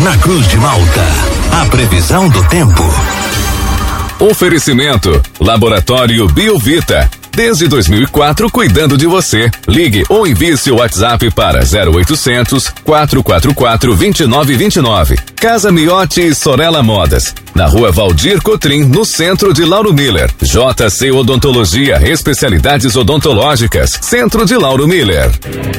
Na Cruz de Malta, a previsão do tempo. Oferecimento: Laboratório Biovita. Desde 2004, cuidando de você. Ligue ou envie seu WhatsApp para 0800 444 2929. Casa Miotti e Sorella Modas. Na Rua Valdir Cotrim, no centro de Lauro Miller. JC Odontologia, especialidades odontológicas. Centro de Lauro Miller.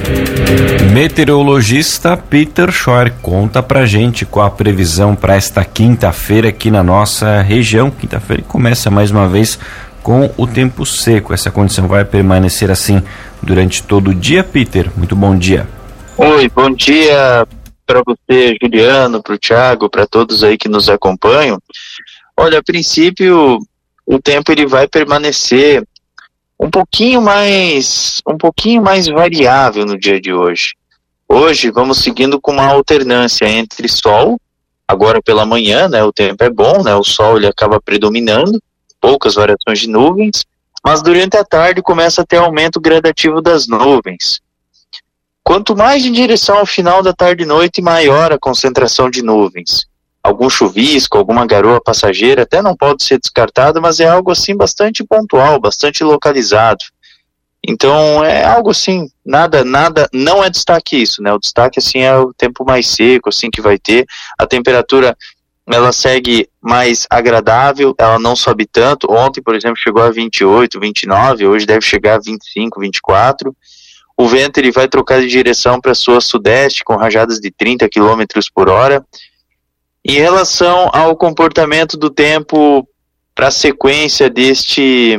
Meteorologista Peter Schor conta pra gente qual a previsão para esta quinta-feira aqui na nossa região. Quinta-feira começa mais uma vez com o tempo seco. Essa condição vai permanecer assim durante todo o dia, Peter? Muito bom dia. Oi, bom dia para você, Juliano, para o Thiago, para todos aí que nos acompanham. Olha, a princípio o tempo ele vai permanecer um pouquinho mais variável no dia de hoje. Hoje vamos seguindo com uma alternância entre sol, agora pela manhã, né, o tempo é bom, né, o sol ele acaba predominando, poucas variações de nuvens, mas durante a tarde começa a ter aumento gradativo das nuvens. Quanto mais em direção ao final da tarde e noite, maior a concentração de nuvens. Algum chuvisco, alguma garoa passageira até não pode ser descartado, mas é algo assim bastante pontual, bastante localizado. Então é algo assim, nada, não é destaque isso, né? O destaque assim é o tempo mais seco, assim que vai ter. A temperatura ela segue mais agradável, ela não sobe tanto. Ontem, por exemplo, chegou a 28, 29, hoje deve chegar a 25, 24. O vento ele vai trocar de direção para sul-sudeste com rajadas de 30 km por hora. Em relação ao comportamento do tempo para a sequência desse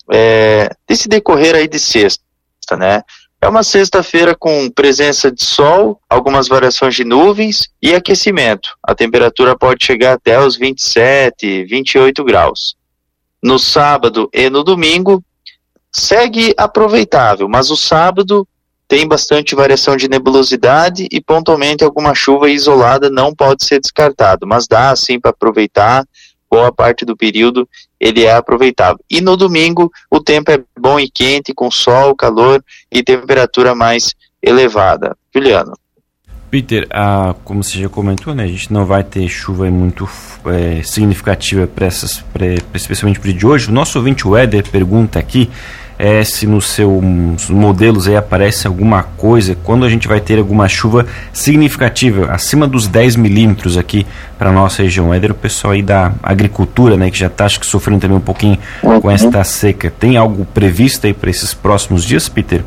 decorrer aí de sexta, né? É uma sexta-feira com presença de sol, algumas variações de nuvens e aquecimento. A temperatura pode chegar até os 27, 28 graus. No sábado e no domingo, segue aproveitável, mas o sábado tem bastante variação de nebulosidade e pontualmente alguma chuva isolada não pode ser descartado, mas dá sim para aproveitar. Boa parte do período ele é aproveitável. E no domingo o tempo é bom e quente, com sol, calor e temperatura mais elevada. Juliano. Peter, como você já comentou, né, a gente não vai ter chuva muito significativa especialmente para o dia de hoje. O nosso ouvinte Weather pergunta aqui se nos seus modelos aí aparece alguma coisa, quando a gente vai ter alguma chuva significativa, acima dos 10 milímetros aqui para a nossa região. Éder, o pessoal aí da agricultura, né, que já está acho que sofrendo também um pouquinho com esta seca, tem algo previsto aí para esses próximos dias, Peter?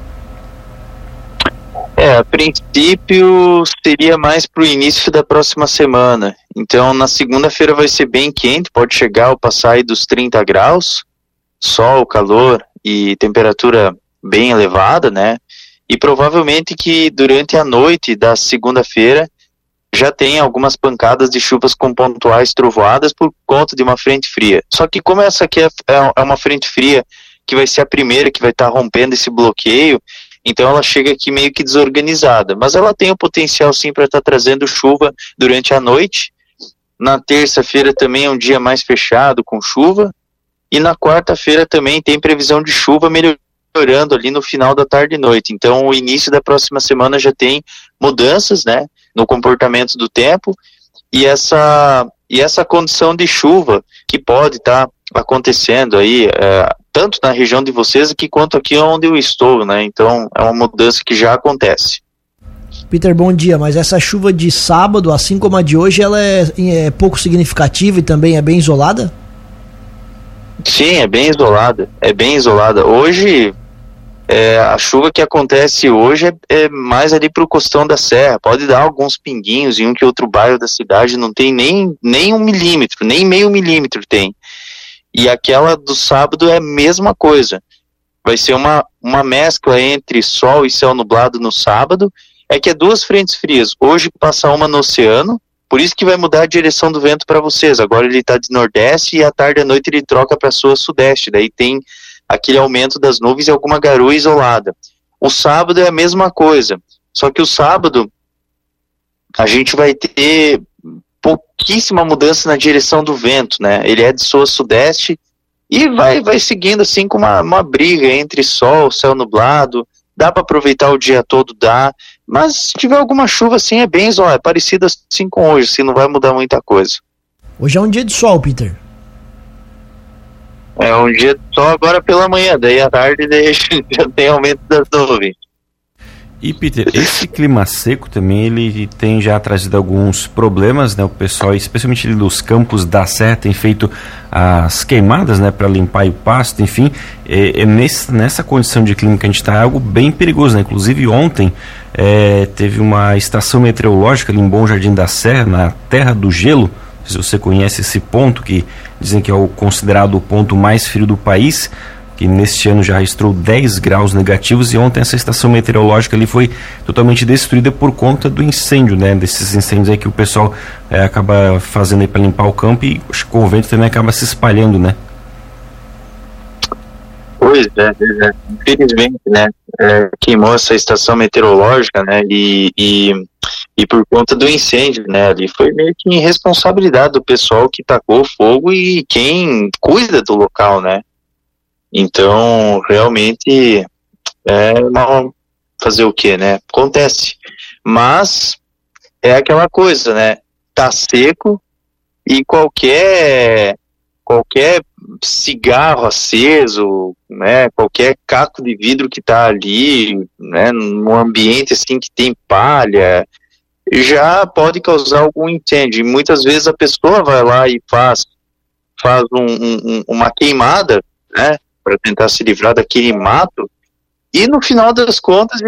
A princípio seria mais para o início da próxima semana. Então na segunda-feira vai ser bem quente, pode chegar ao passar aí dos 30 graus, sol, calor e temperatura bem elevada, né? E provavelmente que durante a noite da segunda-feira já tem algumas pancadas de chuvas com pontuais trovoadas por conta de uma frente fria. Só que como essa aqui é uma frente fria que vai ser a primeira que vai estar rompendo esse bloqueio, então ela chega aqui meio que desorganizada, mas ela tem o potencial sim para estar trazendo chuva durante a noite. Na terça-feira também é um dia mais fechado com chuva, e na quarta-feira também tem previsão de chuva melhorando ali no final da tarde e noite. Então o início da próxima semana já tem mudanças, né, no comportamento do tempo, e essa condição de chuva que pode estar acontecendo aí, tanto na região de vocês aqui quanto aqui onde eu estou, né? Então é uma mudança que já acontece. Peter, bom dia, mas essa chuva de sábado, assim como a de hoje, ela é pouco significativa e também é bem isolada? Sim, é bem isolada. Hoje, a chuva que acontece hoje é mais ali pro costão da serra, pode dar alguns pinguinhos em um que outro bairro da cidade, não tem nem 1 milímetro, nem meio milímetro tem. E aquela do sábado é a mesma coisa, vai ser uma mescla entre sol e céu nublado no sábado. É que é duas frentes frias, hoje passa uma no oceano, por isso que vai mudar a direção do vento para vocês. Agora ele está de nordeste e à tarde e à noite ele troca para sul-sudeste. Daí tem aquele aumento das nuvens e alguma garoa isolada. O sábado é a mesma coisa. Só que o sábado a gente vai ter pouquíssima mudança na direção do vento, né? Ele é de sul-sudeste e vai seguindo assim com uma briga entre sol, céu nublado. Dá para aproveitar o dia todo, dá, Mas se tiver alguma chuva assim, é bem isolado, é parecido assim com hoje, assim, não vai mudar muita coisa. Hoje é um dia de sol, Peter. É um dia só agora pela manhã, daí à tarde daí já tem aumento das nuvens. E Peter, esse clima seco também, ele tem já trazido alguns problemas, né? O pessoal, especialmente ali dos campos da serra, tem feito as queimadas, né? Para limpar o pasto, enfim. Nessa condição de clima que a gente está, é algo bem perigoso, né? Inclusive ontem teve uma estação meteorológica ali em Bom Jardim da Serra, na Terra do Gelo. Não sei se você conhece esse ponto, que dizem que é considerado o ponto mais frio do país, que neste ano já registrou 10 graus negativos, e ontem essa estação meteorológica ali foi totalmente destruída por conta do incêndio, né? Desses incêndios aí que o pessoal acaba fazendo aí para limpar o campo, e com o vento também acaba se espalhando, né? Pois é, infelizmente, né? Queimou essa estação meteorológica, né? E por conta do incêndio, né? Ali foi meio que irresponsabilidade do pessoal que tacou fogo e quem cuida do local, né? Então, realmente, não fazer o quê, né? Acontece. Mas, é aquela coisa, né? Tá seco e qualquer cigarro aceso, né? Qualquer caco de vidro que tá ali, né? Num ambiente assim que tem palha, já pode causar algum incêndio. E muitas vezes a pessoa vai lá e faz uma queimada, né? Para tentar se livrar daquele mato, e no final das contas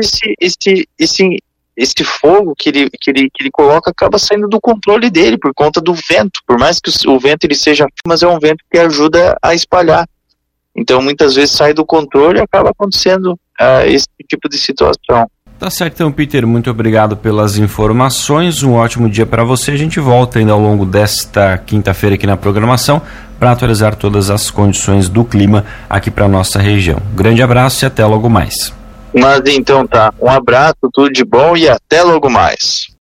esse fogo que ele coloca acaba saindo do controle dele por conta do vento, por mais que o vento ele seja, mas é um vento que ajuda a espalhar, então muitas vezes sai do controle e acaba acontecendo esse tipo de situação. Tá certo, então, Peter, muito obrigado pelas informações, um ótimo dia para você. A gente volta ainda ao longo desta quinta-feira aqui na programação para atualizar todas as condições do clima aqui para nossa região. Grande abraço e até logo mais. Mas então tá, um abraço, tudo de bom e até logo mais.